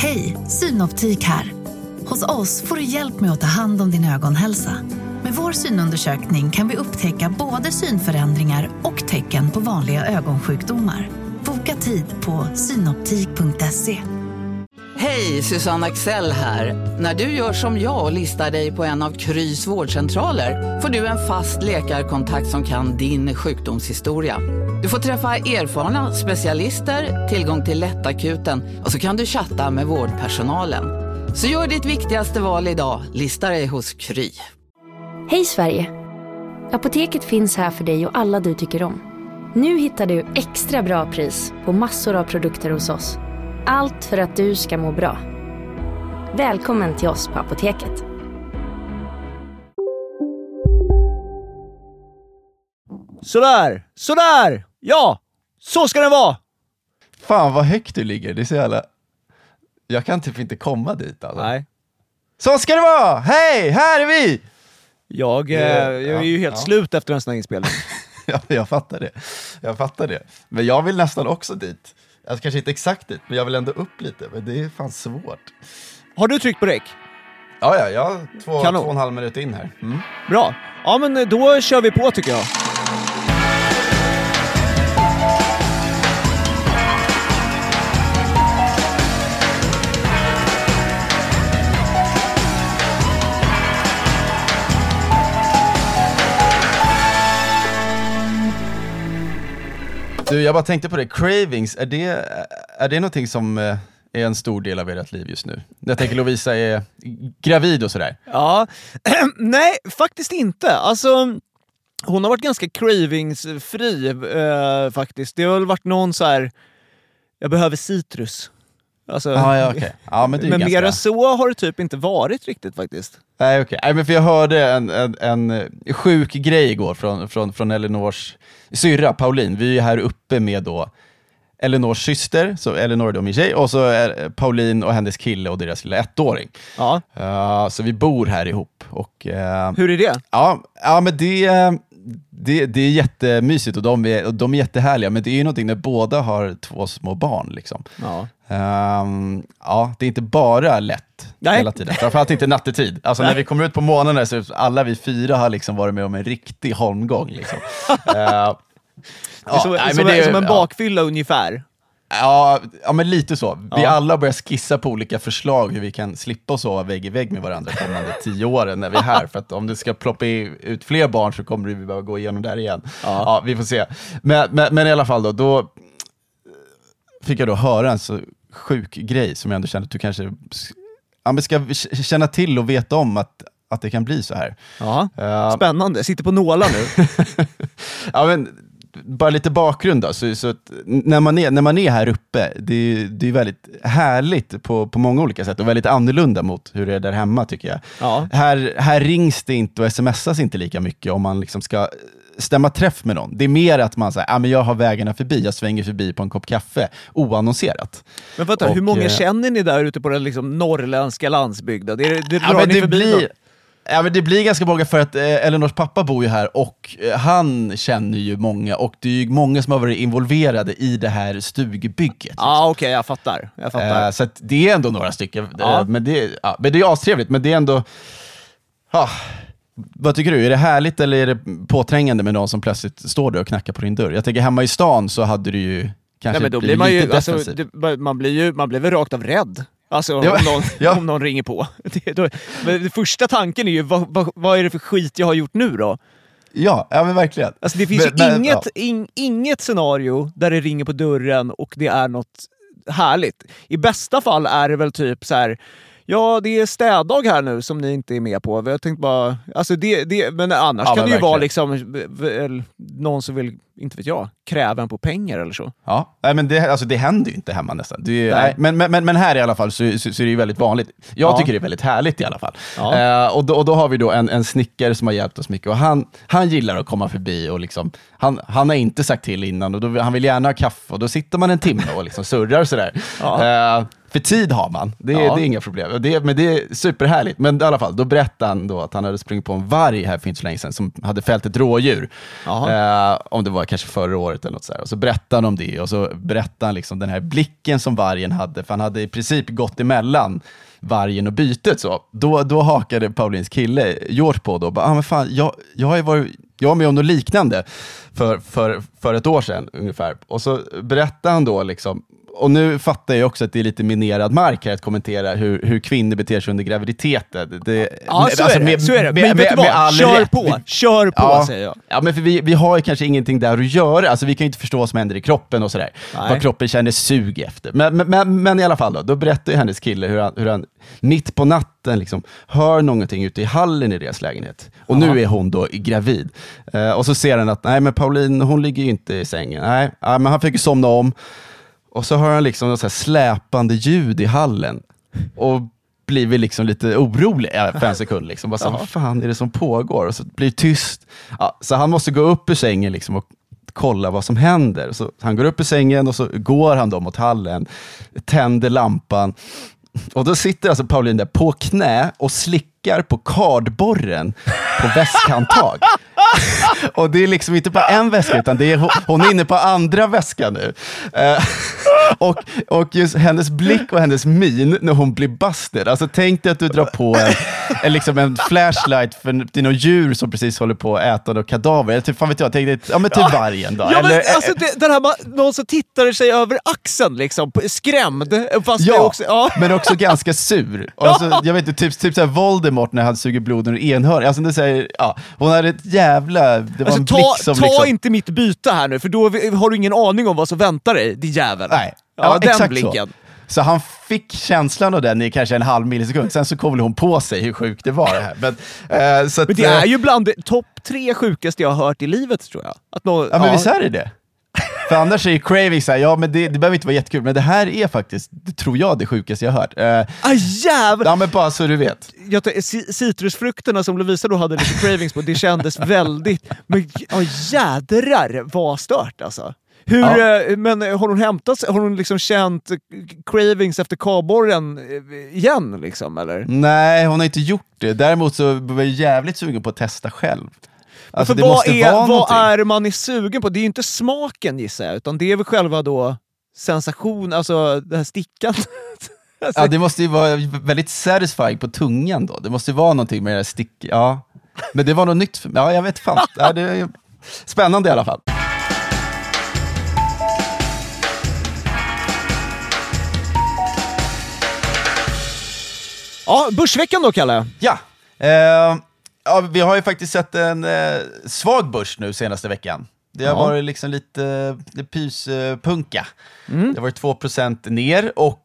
Hej, Synoptik här. Hos oss får du hjälp med att ta hand om din ögonhälsa. Med vår synundersökning kan vi upptäcka både synförändringar och tecken på vanliga ögonsjukdomar. Boka tid på synoptik.se. Hej, Susanne Axel här. När du gör som jag och listar dig på en av Krys vårdcentraler får du en fast läkarkontakt som kan din sjukdomshistoria. Du får träffa erfarna specialister, tillgång till lättakuten och så kan du chatta med vårdpersonalen. Så gör ditt viktigaste val idag, lista dig hos Kry. Hej Sverige! Apoteket finns här för dig och alla du tycker om. Nu hittar du extra bra pris på massor av produkter hos oss. Allt för att du ska må bra. Välkommen till oss på Apoteket. Sådär! Ja, så ska det vara! Fan vad högt du ligger, det är så jävla... Jag kan typ inte komma dit alltså. Nej. Så ska det vara! Hej, här är vi! Jag är ju helt slut efter en sån här inspelning. Ja, jag fattar det. Men jag vill nästan också dit. Alltså kanske inte exakt dit, men jag vill ändå upp lite. Men det är fan svårt. Har du tryckt på räck? Ja, jag har 2,5 minuter in här. Mm. Bra. Ja, men då kör vi på tycker jag. Du, jag bara tänkte på det. Cravings, är det någonting som är en stor del av ert liv just nu? Jag tänker Lovisa är gravid och sådär. Ja, nej, faktiskt inte. Alltså, hon har varit ganska cravingsfri faktiskt. Det har väl varit någon så här, jag behöver citrus. Alltså, okay. Ja, men det är men ganska... mer än så har det typ inte varit riktigt faktiskt. Nej, okej. Nej, men för jag hörde en sjuk grej igår från Elinors syrra, Pauline. Vi är här uppe med då Elinors syster, så Elinor är då min tjej, och så är Pauline och hennes kille och deras lilla 1-åring. Ja. Så vi bor här ihop. Och, hur är det? Ja, men det är jättemysigt och de är jättehärliga, men det är ju någonting när båda har 2 små barn liksom. Ja. Det är inte bara lätt hela tiden, framförallt inte nattetid. Alltså när vi kommer ut på morgonen så alla vi 4 har liksom varit med om en riktig holmgång liksom. Som en bakfylla ungefär. Ja, men lite så. Vi alla börjar skissa på olika förslag hur vi kan slippa och sova vägg i vägg med varandra kommande 10 åren när vi är här. För att om det ska ploppa ut fler barn så kommer vi behöva gå igenom där igen. Ja, vi får se. Men i alla fall då fick jag då höra en så sjuk grej som jag ändå kände att du kanske ska känna till och veta om att det kan bli så här. Ja, spännande. Sitter på nålar nu. Ja, men bara lite bakgrund då, så att när man är här uppe, det är väldigt härligt på många olika sätt och väldigt annorlunda mot hur det är där hemma tycker jag. Ja. Här rings det inte och smsas inte lika mycket om man liksom ska stämma träff med någon. Det är mer att man säger, men jag har vägarna förbi, jag svänger förbi på en kopp kaffe, oannonserat. Men vänta, hur många känner ni där ute på den liksom norrländska landsbygden? Det drar ni förbi? Ja, men det blir ganska många för att Elinors pappa bor ju här och han känner ju många och det är ju många som har varit involverade i det här stugbygget. Liksom. Ja, okej, jag fattar. Så att det är ändå några stycken. Men det är astrevligt, men det är ändå... Vad tycker du? Är det härligt eller är det påträngande med någon som plötsligt står där och knackar på din dörr? Jag tänker hemma i stan så hade du ju kanske men då blivit blir man lite ju, alltså, defensiv. Man blir väl rakt av rädd. Alltså om någon ringer på. Men första tanken är ju, vad är det för skit jag har gjort nu då? Ja, men verkligen. Alltså det finns inget scenario där det ringer på dörren och det är något härligt. I bästa fall är det väl typ så här: ja, det är städdag här nu som ni inte är med på. Jag tänkte bara, alltså men annars kan det ju vara liksom någon som vill, inte vet jag, kräva en på pengar eller så. Ja, men det händer ju inte hemma nästan. Men här i alla fall så är det ju väldigt vanligt. Jag tycker det är väldigt härligt i alla fall. Ja. Och då har vi då en snickare som har hjälpt oss mycket och han gillar att komma förbi och liksom, han har inte sagt till innan och han vill gärna ha kaffe och då sitter man en timme och liksom surrar och sådär. Ja. För tid har man, det är inga problem. Men det är superhärligt. Men i alla fall, då berättade han då att han hade sprungit på en varg här för inte så länge sedan som hade fällt ett rådjur. Om det var kanske förra året eller något så här. Och så berättade han om det och så berättade han liksom den här blicken som vargen hade. För han hade i princip gått emellan vargen och bytet så. Då hakade Paulins kille George på då. Men fan, jag var med om något liknande för ett år sedan ungefär. Och så berättade han då liksom. Och nu fattar jag också att det är lite minerad mark här att kommentera hur kvinnor beter sig under graviditeten. Så är det. Men vet du vad? Kör på, säger jag. Ja, men för vi har ju kanske ingenting där att göra. Alltså vi kan ju inte förstå vad som händer i kroppen och sådär. Vad kroppen känner sug efter. Men i alla fall då berättar ju hennes kille hur han mitt på natten liksom hör någonting ute i hallen i deras lägenhet. Och nu är hon då gravid. Och så ser han att nej men Pauline, hon ligger ju inte i sängen. Nej, men han fick somna om. Och så hör han liksom något så här släpande ljud i hallen. Och blir vi liksom lite orolig för en sekund. Liksom. Bara så, vad fan är det som pågår? Och så blir det tyst. Ja, så han måste gå upp ur sängen liksom och kolla vad som händer. Så han går upp ur sängen och så går han då mot hallen. Tänder lampan. Och då sitter alltså Pauline där på knä och slickar på kardborren på väskhandtag. Och det är liksom inte bara en väska utan det är, hon är inne på andra väskan nu. Och just hennes blick och hennes min när hon blir busted. Alltså tänk dig att du drar på en flashlight till någon djur som precis håller på att äta något kadaver. Eller typ, fan vet jag, tänkte, men typ vargen då. Ja, men, alltså den här, någon som tittar sig över axeln liksom, skrämd. Fast det också, men också ganska sur. Alltså, jag vet inte, typ såhär Voldemort när han suger blod ur enhörning. Alltså det säger, hon hade ett jävla... Det var en blick som ta inte mitt byte här nu, för då har du ingen aning om vad som väntar dig, din jävel. Nej. Ja, den exakt blicken. Så han fick känslan av den i kanske en halv millisekund. Sen så kom hon på sig hur sjukt det var det här. Men det är ju bland topp 3 sjukaste jag har hört i livet, tror jag. Men visst är det? För annars är ju craving så här, men det behöver inte vara jättekul. Men det här är faktiskt, det tror jag, det sjukaste jag har hört. Jävlar! Ja, men bara så du vet. Citrusfrukterna som Lovisa då hade lite cravings på, det kändes väldigt... Men jädrar vad stört alltså. Men har hon liksom känt cravings efter kardborren igen liksom, eller? Nej, hon har inte gjort det. Däremot så var jag jävligt sugen på att testa själv. Alltså, för vad är man sugen på? Det är ju inte smaken, gissar jag, utan det är väl själva då sensation, alltså det här stickandet. Alltså. Ja, det måste ju vara väldigt satisfying på tungan då. Det måste ju vara någonting med det här stick. Ja, men det var något nytt för mig. Ja, jag vet fan. Ja, det är spännande i alla fall. Ja, börsveckan då, Kalle. Ja. Vi har ju faktiskt sett en svag börs nu senaste veckan. Det har varit liksom lite pyspunka. Det har varit 2% ner och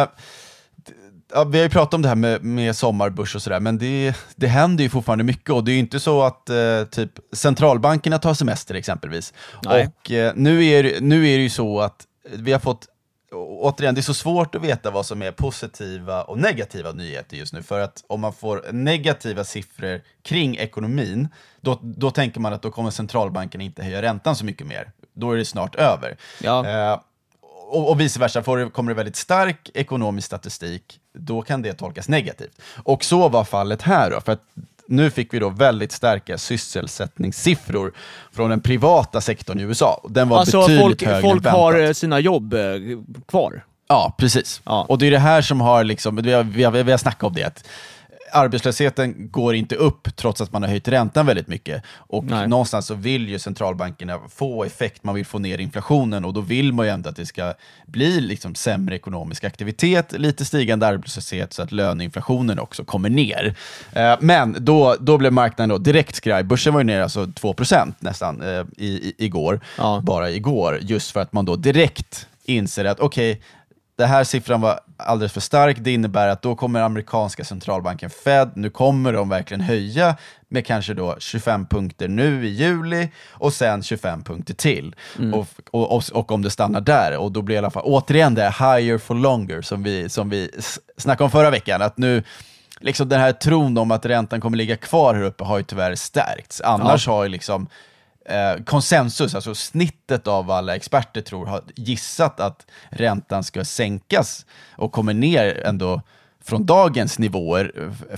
vi har ju pratat om det här med sommarbörs och sådär, men det händer ju fortfarande mycket och det är ju inte så att typ centralbankerna tar semester exempelvis. Nej. Och nu är det ju så att vi har fått, återigen, det är så svårt att veta vad som är positiva och negativa nyheter just nu. För att om man får negativa siffror kring ekonomin, då tänker man att då kommer centralbanken inte höja räntan så mycket mer. Då är det snart över. Ja. Och vice versa, kommer det väldigt stark ekonomisk statistik, då kan det tolkas negativt. Och så var fallet här då, för att nu fick vi då väldigt starka sysselsättningssiffror från den privata sektorn i USA. Den var alltså betydligt högre än väntat. Folk har sina jobb kvar. Ja, precis. Ja. Och det är det här som har liksom, vi har snackat om det, att arbetslösheten går inte upp trots att man har höjt räntan väldigt mycket. Och någonstans så vill ju centralbankerna få effekt, man vill få ner inflationen och då vill man ju ändå att det ska bli liksom sämre ekonomisk aktivitet, lite stigande arbetslöshet så att löneinflationen också kommer ner. Men då blev marknaden då direkt skraj. Börsen var ju ner alltså 2% nästan igår, bara igår, just för att man då direkt inser att okej, det här siffran var alldeles för stark. Det innebär att då kommer amerikanska centralbanken Fed, nu kommer de verkligen höja med kanske då 25 punkter nu i juli och sen 25 punkter till. Och om det stannar där, och då blir i alla fall återigen det higher for longer som vi snackade om förra veckan, att nu liksom den här tron om att räntan kommer ligga kvar här uppe har ju tyvärr stärkts. Annars har ju liksom konsensus, alltså snittet av alla experter har gissat att räntan ska sänkas och kommer ner ändå från dagens nivåer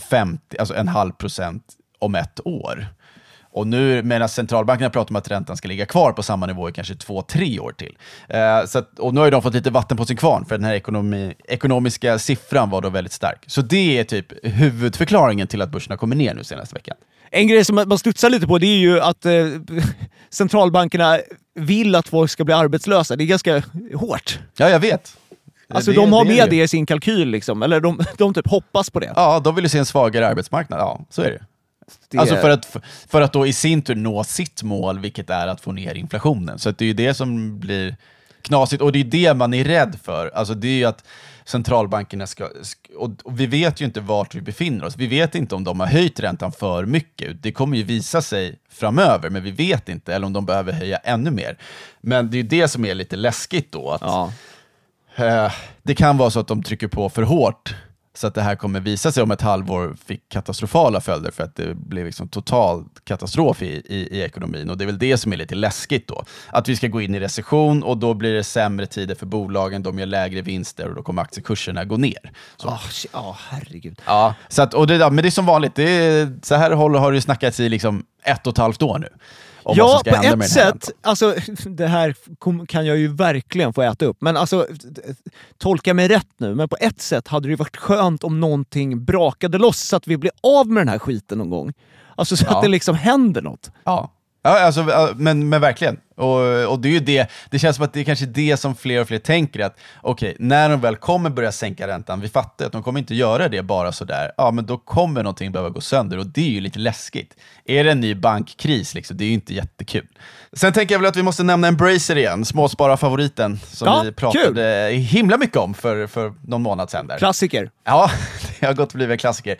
0,5% om ett år. Och nu medan centralbankerna pratar om att räntan ska ligga kvar på samma nivå i kanske 2-3 år till. Och nu har ju de fått lite vatten på sin kvarn, för den här ekonomiska siffran var då väldigt stark. Så det är typ huvudförklaringen till att börserna kommer ner nu senaste veckan. En grej som man studsar lite på, det är ju att centralbankerna vill att folk ska bli arbetslösa. Det är ganska hårt. Ja, jag vet. Alltså de har med det i sin kalkyl liksom, eller de typ hoppas på det. Ja, de vill ju se en svagare arbetsmarknad. Ja, så är det. Alltså för att då i sin tur nå sitt mål, vilket är att få ner inflationen. Så att det är ju det som blir knasigt, och det är det man är rädd för. Alltså det är ju att centralbankerna och vi vet ju inte vart vi befinner oss. Vi vet inte om de har höjt räntan för mycket. Det kommer ju visa sig framöver, men vi vet inte, eller om de behöver höja ännu mer. Men det är ju det som är lite läskigt då, att det kan vara så att de trycker på för hårt, så att det här kommer visa sig om ett halvår fick katastrofala följder, för att det blev liksom total katastrof i ekonomin. Och det är väl det som är lite läskigt då. Att vi ska gå in i recession, och då blir det sämre tider för bolagen, de gör lägre vinster, och då kommer aktiekurserna gå ner. Herregud. Ja, så att, men det är som vanligt. Så här har det snackats i liksom 1,5 år nu. Ja, på ett sätt, alltså det här kan jag ju verkligen få äta upp, men alltså tolka mig rätt nu, men på ett sätt hade det varit skönt om någonting brakade loss så att vi blir av med den här skiten någon gång. Alltså så att det liksom händer något. Ja, alltså, men verkligen. Och det är ju det känns som att det är kanske det som fler och fler tänker, att okej, när de väl kommer börja sänka räntan, vi fattar att de kommer inte göra det bara sådär, men då kommer någonting behöva gå sönder, och det är ju lite läskigt. Är det en ny bankkris liksom, det är ju inte jättekul. Sen tänker jag väl att vi måste nämna Embracer igen, småspararfavoriten som vi pratade himla mycket om för någon månad sedan där. Klassiker. Ja, det har gått blivit klassiker.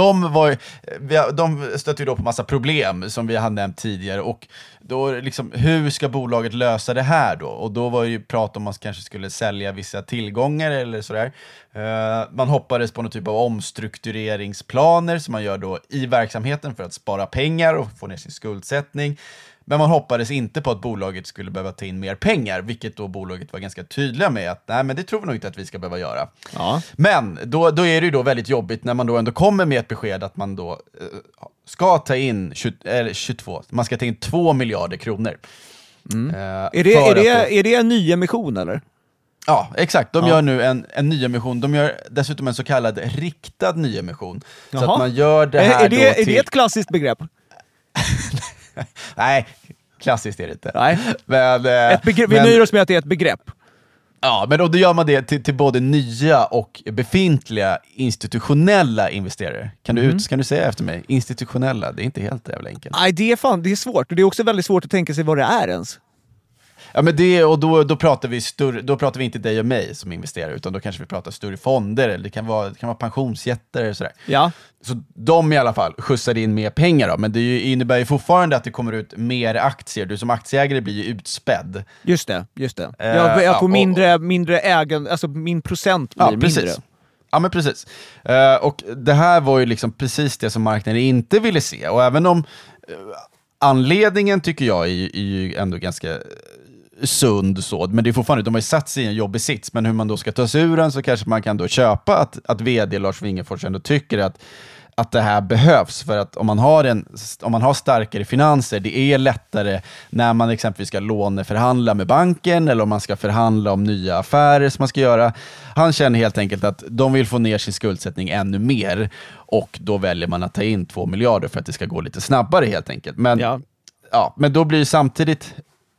De stötte ju då på massa problem som vi har nämnt tidigare, och då liksom, hur ska bolaget lösa det här då? Och då var ju prat om att man kanske skulle sälja vissa tillgångar eller sådär. Man hoppades på någon typ av omstruktureringsplaner som man gör då i verksamheten för att spara pengar och få ner sin skuldsättning. Men man hoppades inte på att bolaget skulle behöva ta in mer pengar, vilket då bolaget var ganska tydliga med att nej, men det tror vi nog inte att vi ska behöva göra. Ja. Men då är det ju då väldigt jobbigt när man då ändå kommer med ett besked att man då ska ta in 22, man ska ta in 2 miljarder kronor. Är det en ny emission eller? Ja, exakt. De gör nu en nyemission. De gör dessutom en så kallad riktad nyemission. Så att man gör det här är det ett klassiskt begrepp? Nej, klassiskt är det inte. Nej. Vi nöjer oss med att det är ett begrepp. Ja, men då gör man det till både nya och befintliga institutionella investerare. Kan du säga efter mig? Institutionella, det är inte helt jävla enkelt. Nej, det är svårt. Och det är också väldigt svårt att tänka sig vad det är ens. Ja, men då pratar vi inte dig och mig som investerar, utan då kanske vi pratar större fonder, eller det kan vara pensionsjätter och sådär. Ja. Så de i alla fall skjutsar in mer pengar då, men det innebär ju fortfarande att det kommer ut mer aktier. Du som aktieägare blir ju utspädd. Just det. Jag får mindre ägande, alltså min procent blir mindre. Ja, men precis. Och det här var ju liksom precis det som marknaden inte ville se, och även om anledningen tycker jag är ju ändå ganska sund så, men det är fortfarande, de har ju satt sig i en jobbig sits, men hur man då ska ta sig ur den, så kanske man kan då köpa att vd Lars Wingefors ändå tycker att det här behövs, för att om man har starkare finanser, det är lättare när man exempelvis ska låneförhandla med banken, eller om man ska förhandla om nya affärer som man ska göra. Han känner helt enkelt att de vill få ner sin skuldsättning ännu mer, och då väljer man att ta in 2 miljarder för att det ska gå lite snabbare helt enkelt. Men, men då blir samtidigt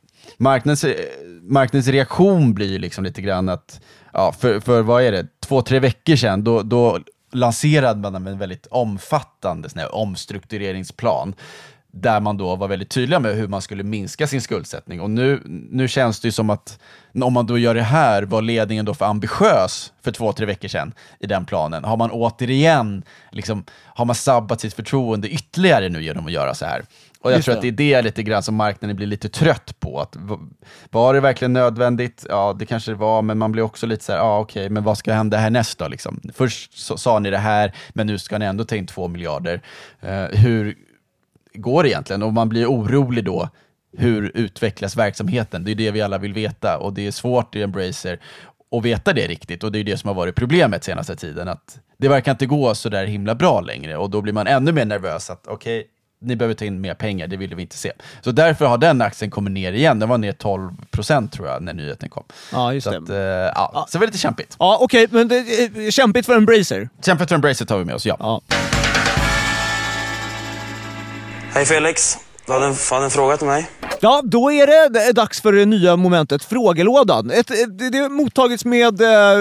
marknadens reaktion blir liksom lite grann att för vad är det, 2-3 veckor sedan då lanserade man en väldigt omfattande sån här omstruktureringsplan, där man då var väldigt tydliga med hur man skulle minska sin skuldsättning. Och nu känns det ju som att om man då gör det här, var ledningen då för ambitiös för 2-3 veckor sedan i den planen? Har man återigen har man sabbat sitt förtroende ytterligare nu genom att göra så här? Och jag tror att det är det lite grann som marknaden blir lite trött på. Att, var det verkligen nödvändigt? Ja, det kanske det var, men man blir också lite så här, okej, men vad ska hända härnäst då? Liksom? Först sa ni det här, men nu ska ni ändå ta in 2 miljarder. Hur går det egentligen? Och man blir orolig då hur utvecklas verksamheten? Det är det vi alla vill veta, och det är svårt i Embracer att veta det riktigt, och det är det som har varit problemet senaste tiden, att det verkar inte gå så där himla bra längre, och då blir man ännu mer nervös att okej, ni behöver ta in mer pengar, det ville vi inte se. Så därför har den aktien kommit ner igen. Den var ner 12% tror jag när nyheten kom. Ja, just så det. Så det var lite kämpigt. Ja, okej, men det är kämpigt för Embracer. Kämpigt för Embracer tar vi med oss, ja. Hej Felix, du hade en fråga till mig. Ja, då är det dags för det nya momentet, frågelådan. Det har mottagits med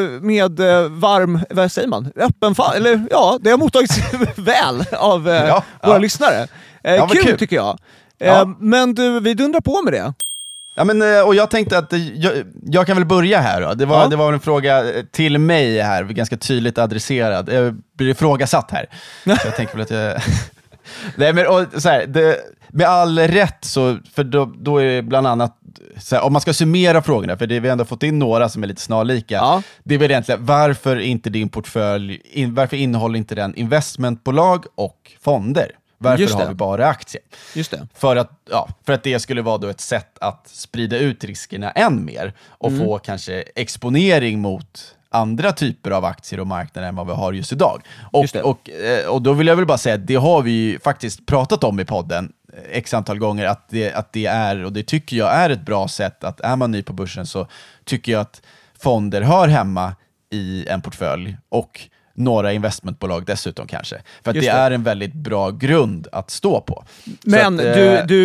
varm, vad säger man? Öppen fall, eller ja, det har mottagits väl av våra lyssnare. Kul tycker jag. Men du, vi dundrar på med det. Ja, men, och jag tänkte att jag kan väl börja här då. Det var en fråga till mig här, ganska tydligt adresserad. Jag blir ifrågasatt här. Så jag tänker väl att jag... Nej, men och, så här, med all rätt så, för då är det bland annat så här, om man ska summera frågorna, för vi har ändå fått in några som är lite snarlika. Det är väl egentligen, varför inte din portfölj, varför innehåller inte den investmentbolag och fonder? Varför har vi bara aktier? Just det. För att det skulle vara då ett sätt att sprida ut riskerna än mer och få kanske exponering mot andra typer av aktier och marknader än vad vi har just idag. Och då vill jag väl bara säga att det har vi ju faktiskt pratat om i podden x antal gånger, att det är, och det tycker jag är ett bra sätt, att är man ny på börsen så tycker jag att fonder hör hemma i en portfölj, och några investmentbolag dessutom kanske. För att det är en väldigt bra grund att stå på. Men att,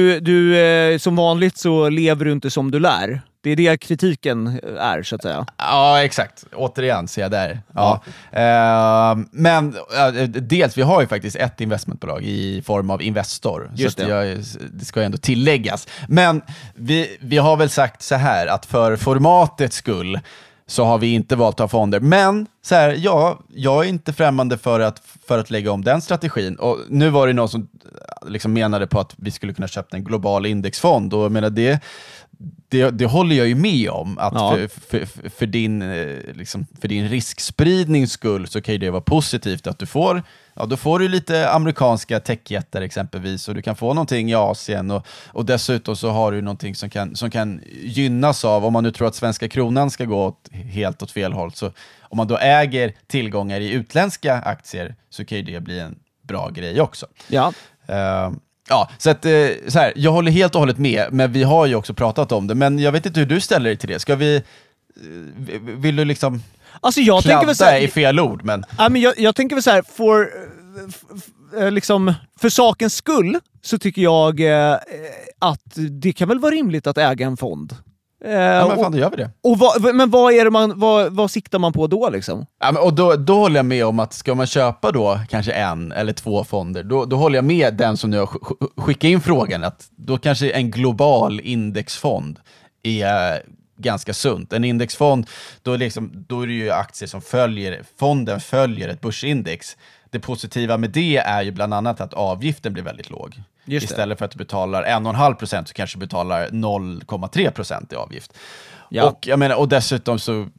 du som vanligt så lever du inte som du lär. Det är det kritiken är, så att säga. Ja, exakt. Återigen ser jag där. Ja. Men dels, vi har ju faktiskt ett investmentbolag i form av Investor. Just det ska ju ändå tilläggas. Men vi har väl sagt så här, att för formatets skull så har vi inte valt att ha fonder. Men så här, jag är inte främmande för att lägga om den strategin. Och nu var det någon som liksom menade på att vi skulle kunna köpa en global indexfond. Och jag menar, det håller jag ju med om, att för din riskspridnings skull så kan ju det vara positivt att du får, då får du lite amerikanska techjätter exempelvis, och du kan få någonting i Asien, och dessutom så har du någonting som kan gynnas av, om man nu tror att svenska kronan ska gå helt åt fel håll, så om man då äger tillgångar i utländska aktier så kan ju det bli en bra grej också. Ja. Så att så här, jag håller helt och hållet med, men vi har ju också pratat om det, men jag vet inte hur du ställer dig till det. Vill du liksom jag tänker väl så här, i fel ord, men jag tänker väl så här, för sakens skull så tycker jag att det kan väl vara rimligt att äga en fond. Men fan, då gör vi det. Men vad är det vad siktar man på då liksom? Ja, men, och då håller jag med om att ska man köpa då kanske en eller två fonder, då håller jag med den som nu har skickat in frågan, att då kanske en global indexfond är ganska sunt. En indexfond, då är det ju aktier som fonden följer ett börsindex. Det positiva med det är ju bland annat att avgiften blir väldigt låg. Istället för att du betalar 1,5% så kanske du betalar 0,3% i avgift. Ja. Och jag menar, och dessutom så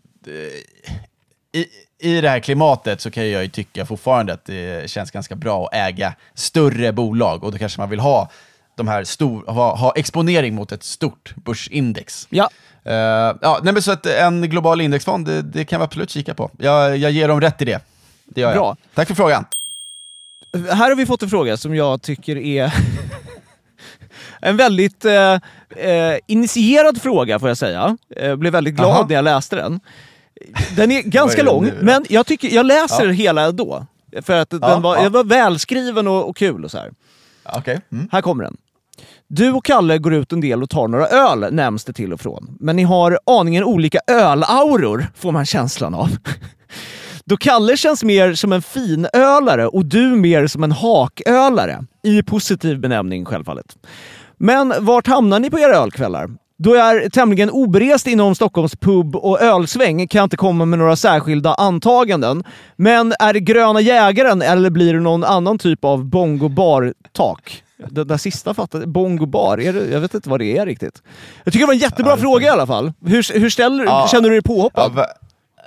i det här klimatet så kan jag ju tycka fortfarande att det känns ganska bra att äga större bolag, och då kanske man vill ha de här ha exponering mot ett stort börsindex. Ja. Men så att en global indexfond, det kan vi absolut kika på. Jag ger dem rätt i det. Det gör jag. Bra. Tack för frågan. Här har vi fått en fråga som jag tycker är en väldigt initierad fråga, får jag säga. Jag blev väldigt glad när jag läste den. Den är ganska lång, men jag tycker jag läser hela då. För att den var välskriven och kul och så här. Okay. Här kommer den. Du och Kalle går ut en del och tar några öl, nämns det till och från. Men ni har aningen olika ölauror, får man känslan av. Då Kalle känns mer som en finölare och du mer som en hakölare. I positiv benämning självfallet. Men vart hamnar ni på era ölkvällar? Då jag är tämligen oberest inom Stockholms pub och ölsväng kan jag inte komma med några särskilda antaganden. Men är det Gröna Jägaren eller blir det någon annan typ av bongobar-tak? Det där sista fattade, bongobar, jag vet inte vad det är riktigt. Jag tycker det var en jättebra fråga i alla fall. Hur känner du dig påhoppad?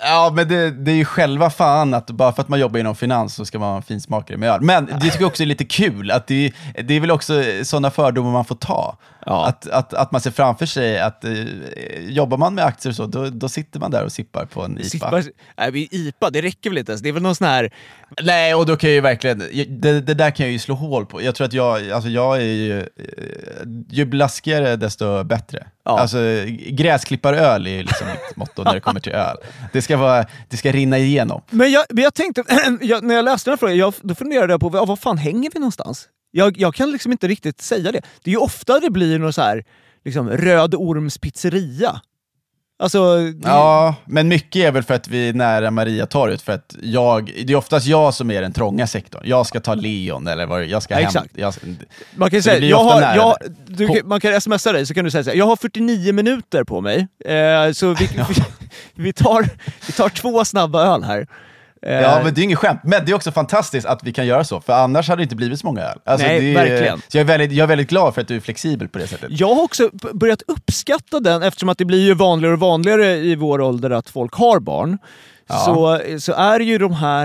Ja, men det är ju själva fan att bara för att man jobbar inom finans så ska man vara en finsmakare med öl. Men det tycker jag också är lite kul att det är väl också sådana fördomar man får ta. Ja. Att man ser framför sig att jobbar man med aktier så, då sitter man där och sippar på en IPA. IPA, det räcker väl inte ens. Det är väl någon sån här... Nej, och då kan jag ju verkligen... Det där kan jag ju slå hål på. Jag tror att jag är ju blaskigare desto bättre. Ja. Alltså, gräsklipparöl är liksom mitt motto när det kommer till öl. Det ska rinna igenom. Men jag tänkte, när jag läste den här frågan, då funderade jag på, var fan hänger vi någonstans? Jag kan liksom inte riktigt säga det. Det är ju ofta det blir någon så här liksom, Röd Orms pizzeria. Alltså, ja, men mycket är väl för att vi är nära Mariatorget, för att det är oftast jag som är den trånga sektorn. Jag ska ta Leon eller vad jag ska hem. Exakt. Man kan säga, man kan smsa dig så kan du säga så här, jag har 49 minuter på mig. Så vi tar 2 snabba öl här. Ja, men det är inget skämt. Men det är också fantastiskt att vi kan göra så, för annars hade det inte blivit så många öl. Alltså, nej, verkligen. Så jag är väldigt glad för att du är flexibel på det sättet. Jag har också börjat uppskatta den, eftersom att det blir ju vanligare och vanligare i vår ålder att folk har barn. Ja. Så är ju de här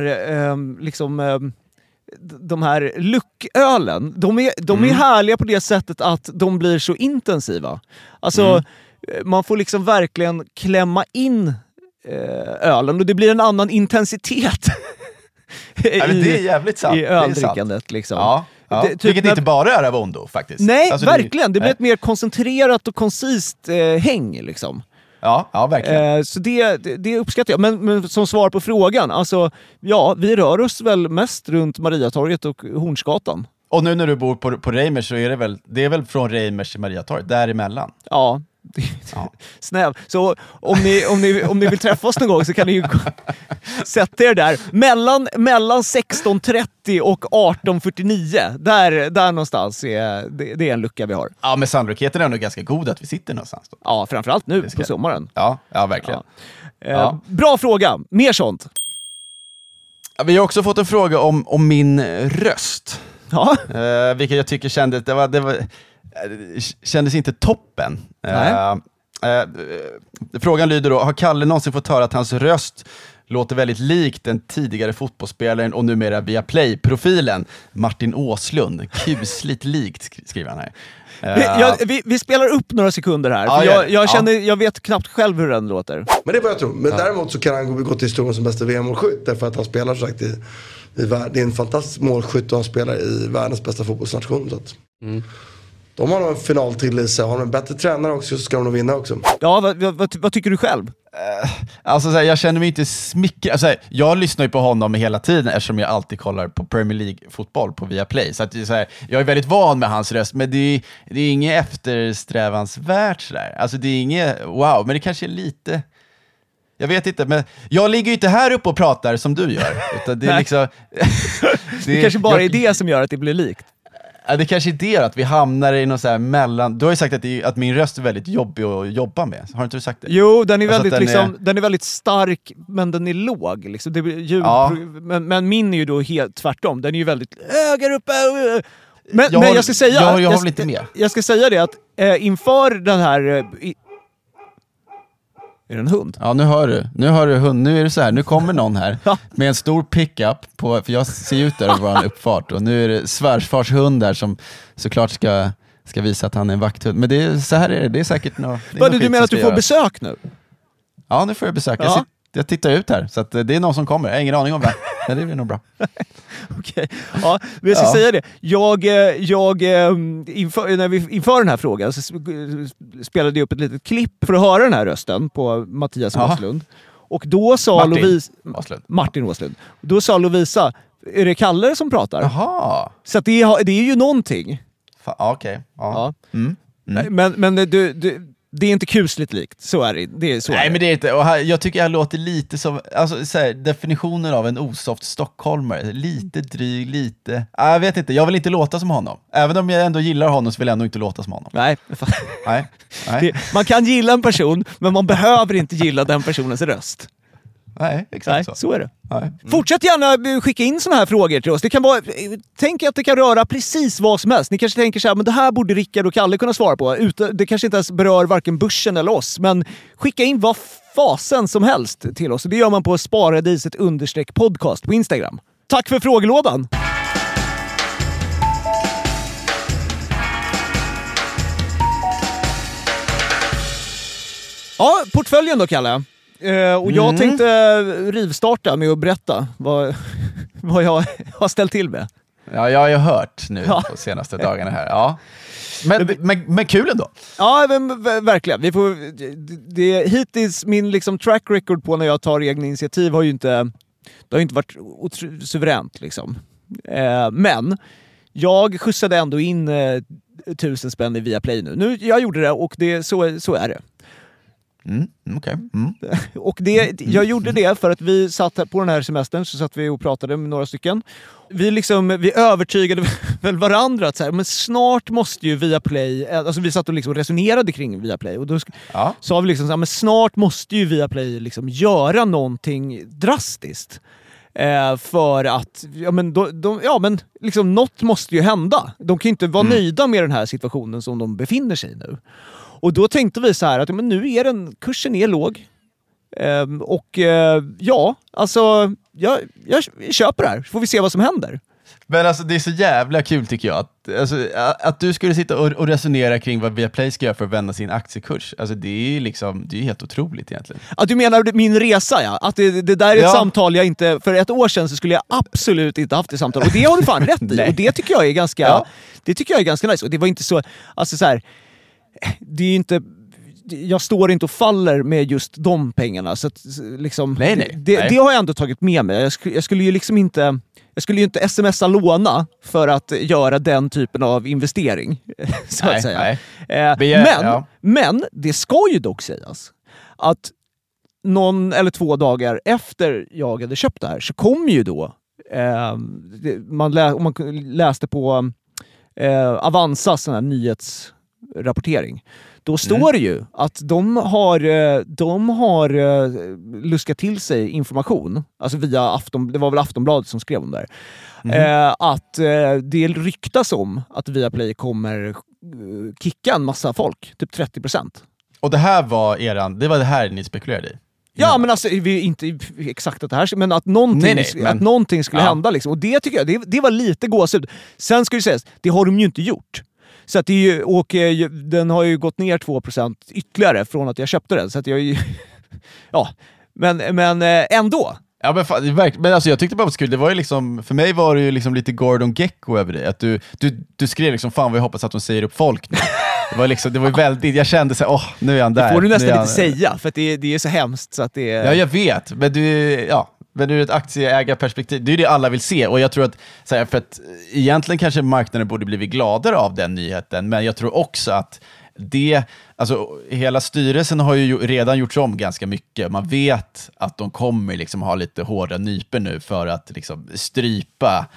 de här luckölen, de är härliga på det sättet att de blir så intensiva. Alltså, man får liksom verkligen klämma in ölen och det blir en annan intensitet det är jävligt sant. I öldrickandet liksom. Ja. Vilket inte bara är av ondo faktiskt. Nej, alltså, verkligen. Det blir ett mer koncentrerat och koncist häng liksom. Ja, verkligen. Så det uppskattar jag. Men som svar på frågan, alltså, ja, vi rör oss väl mest runt Mariatorget och Hornsgatan. Och nu när du bor på Reimers så är det är väl från Reimers till Mariatorget, däremellan. Ja. Snäll. Så om ni vill träffa oss någon gång så kan ni ju sätta er där mellan 16:30 och 18:49. Där någonstans det är en lucka vi har. Ja, men sannolikheten är nog ganska god att vi sitter någonstans då. Ja, framförallt nu på sommaren. Ja, verkligen. Ja. Bra fråga. Mer sånt. Ja, vi har också fått en fråga om min röst. Ja. Vilket jag tycker kändes inte toppen. Frågan lyder då: har Kalle någonsin fått höra att hans röst låter väldigt likt den tidigare fotbollsspelaren och numera Viaplay-profilen Martin Åslund? Kusligt likt, skriver han här. Vi spelar upp några sekunder här. Jag vet knappt själv hur den låter. Men det är vad jag tror. Men däremot så kan han gå till historien som bästa VM-målskytt, därför att han spelar så sagt det är en fantastisk målskytt och han spelar i världens bästa fotbollsnation. Så att, de har nog en final till sig. Har de en bättre tränare också så ska de nog vinna också. Ja, vad tycker du själv? Alltså jag känner mig inte smickrad. Alltså, jag lyssnar ju på honom hela tiden eftersom jag alltid kollar på Premier League-fotboll på Viaplay. Så att jag är väldigt van med hans röst, men det är inget eftersträvansvärt sådär. Alltså det är inget wow, men det kanske är lite... Jag vet inte, men jag ligger ju inte här uppe och pratar som du gör. Utan det är liksom... det kanske bara är det som gör att det blir likt. Ja, det kanske är det att vi hamnar i någon så här mellan... Du har ju sagt att min röst är väldigt jobbig att jobba med. Har inte du sagt det? Jo, den är väldigt den är väldigt stark, men den är låg liksom. Det blir ljud, men min är ju då helt tvärtom. Den är ju väldigt höger uppe. Men jag ska säga... Jag har väl inte med. Jag ska säga det att inför den här... Är det en hund? Ja, nu hör du hund. Nu är det så här, nu kommer någon här med en stor pickup för jag ser ut där över en uppfart och nu är det svärfars hund där som såklart ska visa att han är en vakthund. Men det är så här är det. Det är säkert något. Du menar att du får besök nu? Ja, nu får jag besök. Ja. Jag tittar ut här så att det är någon som kommer. Jag har ingen aning om det. Men det blir nog bra. Okej. Ja, men jag ska säga det. Inför den här frågan så spelade jag upp ett litet klipp för att höra den här rösten på Mattias Åslund. Och då sa Martin Åslund. Då sa Lovisa, är det Kalle som pratar? Jaha. Så att det är ju någonting. Okej. Ja. Men det är inte kusligt likt, så är det. Nej, men det är inte. Och jag tycker jag låter lite som, alltså så här, definitionen av en osoft stockholmare. Lite dryg, lite... Jag vet inte, jag vill inte låta som honom. Även om jag ändå gillar honom så vill jag ändå inte låta som honom. Nej. Nej. Man kan gilla en person, men man behöver inte gilla den personens röst. Nej, exakt Nej, så är det. Nej. Fortsätt gärna skicka in såna här frågor till oss. Det kan vara, tänk att det kan röra precis vad som helst. Ni kanske tänker så här, men det här borde Rickard och Kalle kunna svara på. Det kanske inte ens berör varken börsen eller oss, men skicka in vad fasen som helst till oss. Det gör man på sparadiset_podcast på Instagram. Tack för frågelådan! Ja, portföljen då, Kalle. Och jag tänkte rivstarta med att berätta vad jag har ställt till med. Ja, jag har ju hört nu de senaste dagarna här. Ja. Men kul ändå. Ja, men, verkligen. Hittills min liksom track record på när jag tar egna initiativ har ju inte varit suveränt. Liksom. Men jag skjutsade ändå in 1000 spänn i Viaplay nu. Jag gjorde det och så är det. Och jag gjorde det för att vi satt här på den här semestern, så satt vi och pratade med några stycken. Vi övertygade väl varandra att så här, men snart måste ju Viaplay, alltså vi satt och liksom resonerade kring Viaplay och då sa vi liksom så här, men snart måste ju Viaplay liksom göra någonting drastiskt. För att liksom, något måste ju hända. De kan ju inte vara nöjda med den här situationen som de befinner sig i nu. Och då tänkte vi så här att men nu är kursen är låg. Jag köper det här. Så får vi se vad som händer. Men alltså det är så jävla kul tycker jag att du skulle sitta och resonera kring vad Viaplay ska göra för att vända sin aktiekurs. Alltså det är helt otroligt egentligen. Att du menar min resa, ja? Att det där är ett samtal jag inte... För ett år sedan så skulle jag absolut inte haft det samtal. Och det har du fan rätt i. Och det tycker jag är ganska... Det tycker jag är ganska nice. Och det var inte så... Alltså så här, det är ju inte... Jag står inte och faller med just de pengarna. Så att, liksom, nej. Det har jag ändå tagit med mig. Jag skulle ju liksom inte... Jag skulle ju inte smsa låna för att göra den typen av investering, så att säga. Men det ska ju dock sägas att 1 eller 2 dagar efter jag hade köpt det här så kom ju då om man läste på Avanzas sån här nyhetsrapportering. Då står det ju att de har luskat till sig information, alltså via det var väl Aftonbladet som skrev om det här, att det ryktas om att Viaplay kommer kicka en massa folk, typ 30%. Och det här var det här ni spekulerade i? Ja, men alltså vi inte exakt att det här, men att någonting skulle hända liksom. Och det tycker jag, det var lite gåshud. Sen ska det sägas, det har de ju inte gjort. Så att den har ju gått ner 2% ytterligare från att jag köpte den. Så att jag men ändå. Ja, men alltså jag tyckte bara det var kul. Det var ju liksom, för mig var det ju liksom lite Gordon Gekko över det. Att du skrev liksom, fan vad jag hoppas att de säger upp folk nu. Det var ju väldigt, jag kände så nu är han där. Det får du nästan inte säga, för att det är så hemskt så att det är... Ja, jag vet, men ur ett aktieägarperspektiv, det är ju det alla vill se. Och jag tror att, för att egentligen kanske marknaden borde blivit gladare av den nyheten, men jag tror också att hela styrelsen har ju redan gjorts om ganska mycket. Man vet att de kommer liksom ha lite hårda nyper nu för att liksom strypa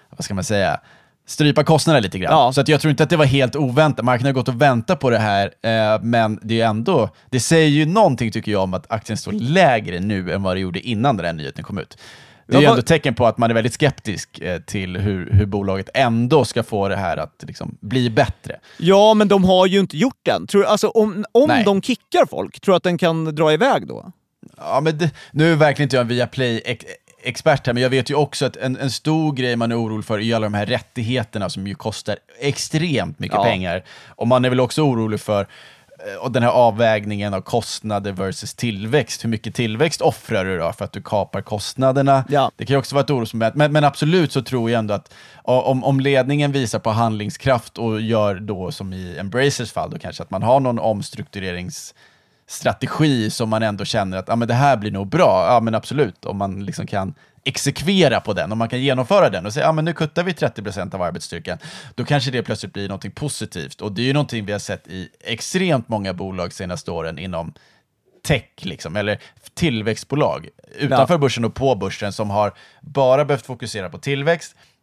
kostnader lite grann. Ja. Så att jag tror inte att det var helt oväntat. Marknaden har gått och väntat på det här, men det är ändå, det säger ju någonting tycker jag om att aktien står lägre nu än vad det gjorde innan den här nyheten kom ut. Det är ju ändå tecken på att man är väldigt skeptisk till hur bolaget ändå ska få det här att liksom bli bättre. Ja, men de har ju inte gjort den. Om de kickar folk, tror du att den kan dra iväg då? Ja, men nu är verkligen inte jag en Viaplay expert här, men jag vet ju också att en stor grej man är orolig för är alla de här rättigheterna som ju kostar extremt mycket pengar. Och man är väl också orolig för den här avvägningen av kostnader versus tillväxt. Hur mycket tillväxt offrar du då för att du kapar kostnaderna? Ja. Det kan ju också vara ett orosmoment. Men absolut så tror jag ändå att om ledningen visar på handlingskraft och gör då som i Embracers fall då kanske att man har någon omstruktureringsstrategi som man ändå känner att men det här blir nog bra. Ja, men absolut. Om man liksom kan exekvera på den, om man kan genomföra den och säga men nu kuttar vi 30% av arbetsstyrkan, då kanske det plötsligt blir någonting positivt. Och det är ju någonting vi har sett i extremt många bolag senaste åren inom tech liksom, eller tillväxtbolag utanför börsen och på börsen som har bara behövt fokusera på tillväxt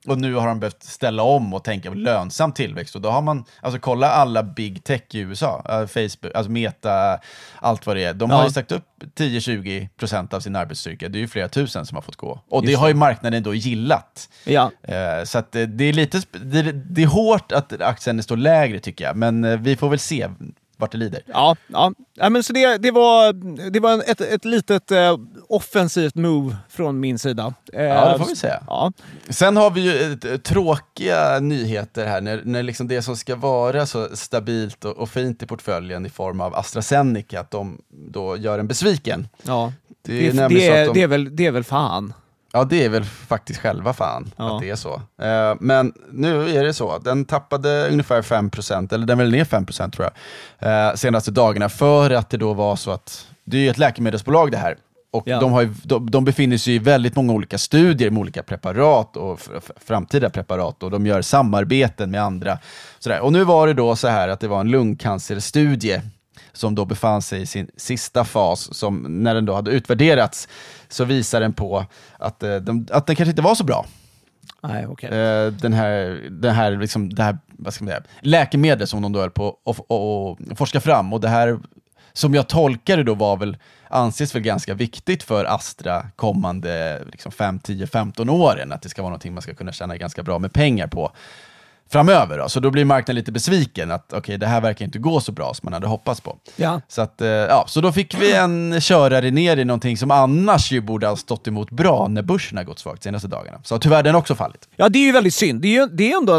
Och nu har de behövt ställa om och tänka på lönsam tillväxt. Och då har man, alltså kolla alla big tech i USA, Facebook, alltså Meta, allt vad det är. De har ju sagt upp 10-20% av sin arbetsstyrka. Det är ju flera tusen som har fått gå. Och det har ju marknaden då gillat. Ja. Så att det är lite, det är hårt att aktien står lägre tycker jag. Men vi får väl se vart det lider. Ja, men så det var ett litet offensivt move från min sida. Ja, det får vi säga. Ja. Sen har vi ju tråkiga nyheter här när liksom det som ska vara så stabilt och fint i portföljen i form av AstraZeneca, att de då gör en besviken. Ja. Det är väl fan. Ja, det är väl faktiskt själva fan att det är så. Men nu är det så. Den tappade ungefär 5%, eller den väl ner 5% tror jag, senaste dagarna, för att det då var så att det är ju ett läkemedelsbolag det här. Och de befinner sig i väldigt många olika studier med olika preparat och framtida preparat, och de gör samarbeten med andra. Sådär. Och nu var det då så här att det var en lungcancerstudie som då befann sig i sin sista fas, som när den då hade utvärderats så visar den på att den kanske inte var så bra. Nej, okay. Det här vad ska man säga, läkemedel som de då höll på att forska fram, och det här som jag tolkade då var väl, anses väl ganska viktigt för Astra kommande liksom 5, 10, 15 åren, att det ska vara någonting man ska kunna tjäna ganska bra med pengar på framöver då. Så då blir marknaden lite besviken att det här verkar inte gå så bra som man hade hoppats på. Ja. Så att så då fick vi en körare ner i någonting som annars ju borde ha stått emot bra när börsen har gått svagt senaste dagarna. Så tyvärr den också fallit. Ja, det är ju väldigt synd. Det är ändå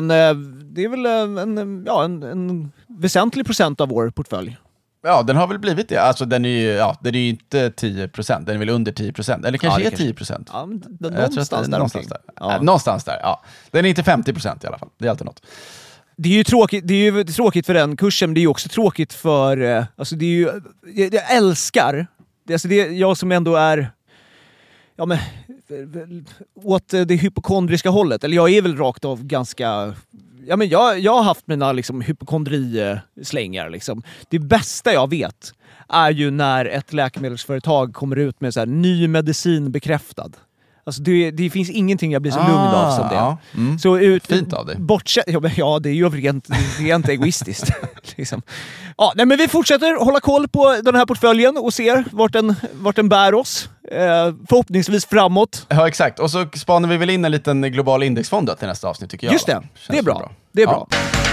en väsentlig procent av vår portfölj. Ja, den har väl blivit det. Alltså den är ju inte 10%, den är väl under 10%. Eller kanske är 10%. Ja, någonstans där. Någonstans där, ja. Den är inte 50% i alla fall. Det är alltid något. Det är ju tråkigt för den kursen, men det är ju också tråkigt för... Alltså det är ju... Jag älskar... Det är jag som ändå är... Ja, men... åt det hypokondriska hållet. Eller jag är väl rakt av ganska... Ja, men jag har haft mina liksom hypokondrislängar liksom. Det bästa jag vet är ju när ett läkemedelsföretag kommer ut med så här ny medicin bekräftad. Alltså det finns ingenting jag blir så lugn av som det. Ja. Mm. Så fint av det. Ja, det är ju rent egoistiskt. Liksom. Ja, nej, men vi fortsätter hålla koll på den här portföljen och ser vart den bär oss. Förhoppningsvis framåt. Ja, exakt. Och så spanar vi väl in en liten global indexfond till nästa avsnitt tycker jag. Just det. Det är bra. Det är bra.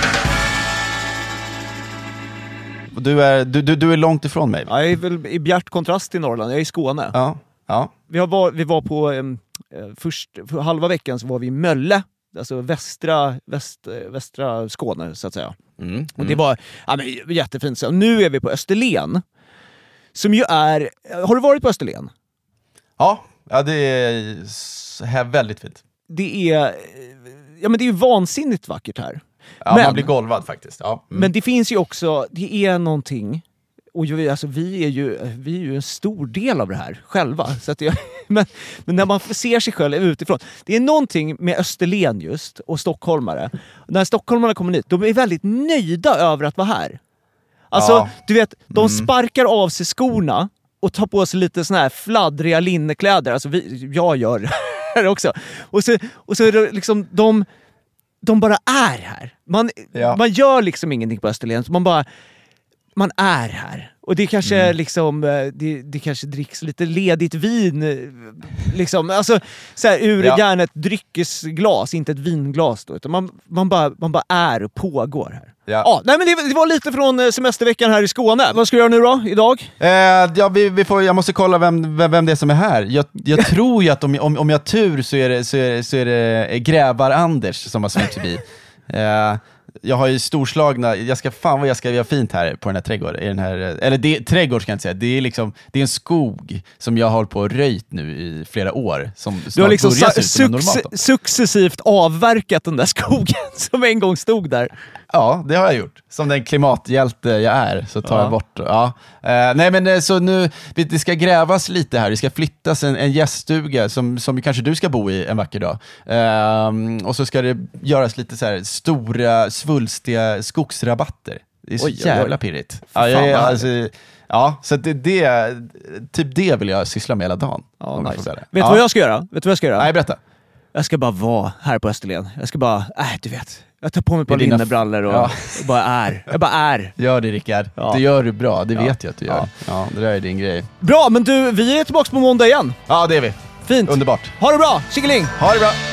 Du är långt ifrån mig. Jag är väl i bjärt kontrast till Norrland. Jag är i Skåne. Ja. Vi var på för halva veckan så var vi i Mölle, alltså västra Skåne så att säga. Och det var jättefint. Så nu är vi på Österlen, som ju är... Har du varit på Österlen? Ja, det är här väldigt fint. Det är ju vansinnigt vackert här. Ja, man blir golvad faktiskt. Ja. Men det finns ju också, det är någonting. Och vi är ju en stor del av det här själva. Så att men när man ser sig själv utifrån. Det är någonting med Österlen just och stockholmare. När stockholmarna kommer hit, de är väldigt nöjda över att vara här. Alltså, du vet, de sparkar av sig skorna och tar på sig lite såna här fladdriga linnekläder. Alltså jag gör det här också. Och så är det liksom, de bara är här. Man gör liksom ingenting på Österlen. Man är här. Och det kanske liksom det kanske dricks lite ledigt vin liksom, alltså så här, gärna ett dryckesglas, inte ett vinglas då, utan man bara är och pågår här. Ja, nej men det var lite från semesterveckan här i Skåne. Vad ska du göra nu då idag? Jag måste kolla vem det är som är här. Jag tror ju att om jag har tur så är det Grävar Anders som har svängt förbi. Jag har ju storslagna, jag ska göra fint här på den här trädgården. Trädgård ska jag inte säga. Det är en skog som jag har hållit på och röjt nu i flera år. Som du har liksom successivt avverkat den där skogen som en gång stod där. Ja, det har jag gjort. Som den klimathjälte jag är så tar jag bort. Ja. Nej men så nu, det ska grävas lite här. Det ska flyttas en gäststuga som kanske du ska bo i en vacker dag. Och så ska det göras lite så här stora, svulstiga skogsrabatter. Det är så jävla pirrigt. Så det vill jag syssla med hela dagen. Ja, nice. Vet du vad jag ska göra? Nej, berätta. jag ska bara vara här på Österlen. Jag ska bara, du vet. Jag tar på mig på linnebrallor och jag bara är. Gör det, Rickard. Ja. Det gör du bra, det vet jag att du gör. Ja, det där är din grej. Bra, men du, vi är tillbaka på måndag igen. Ja, det är vi. Fint. Underbart. Ha det bra, tjingeling! Ha det bra!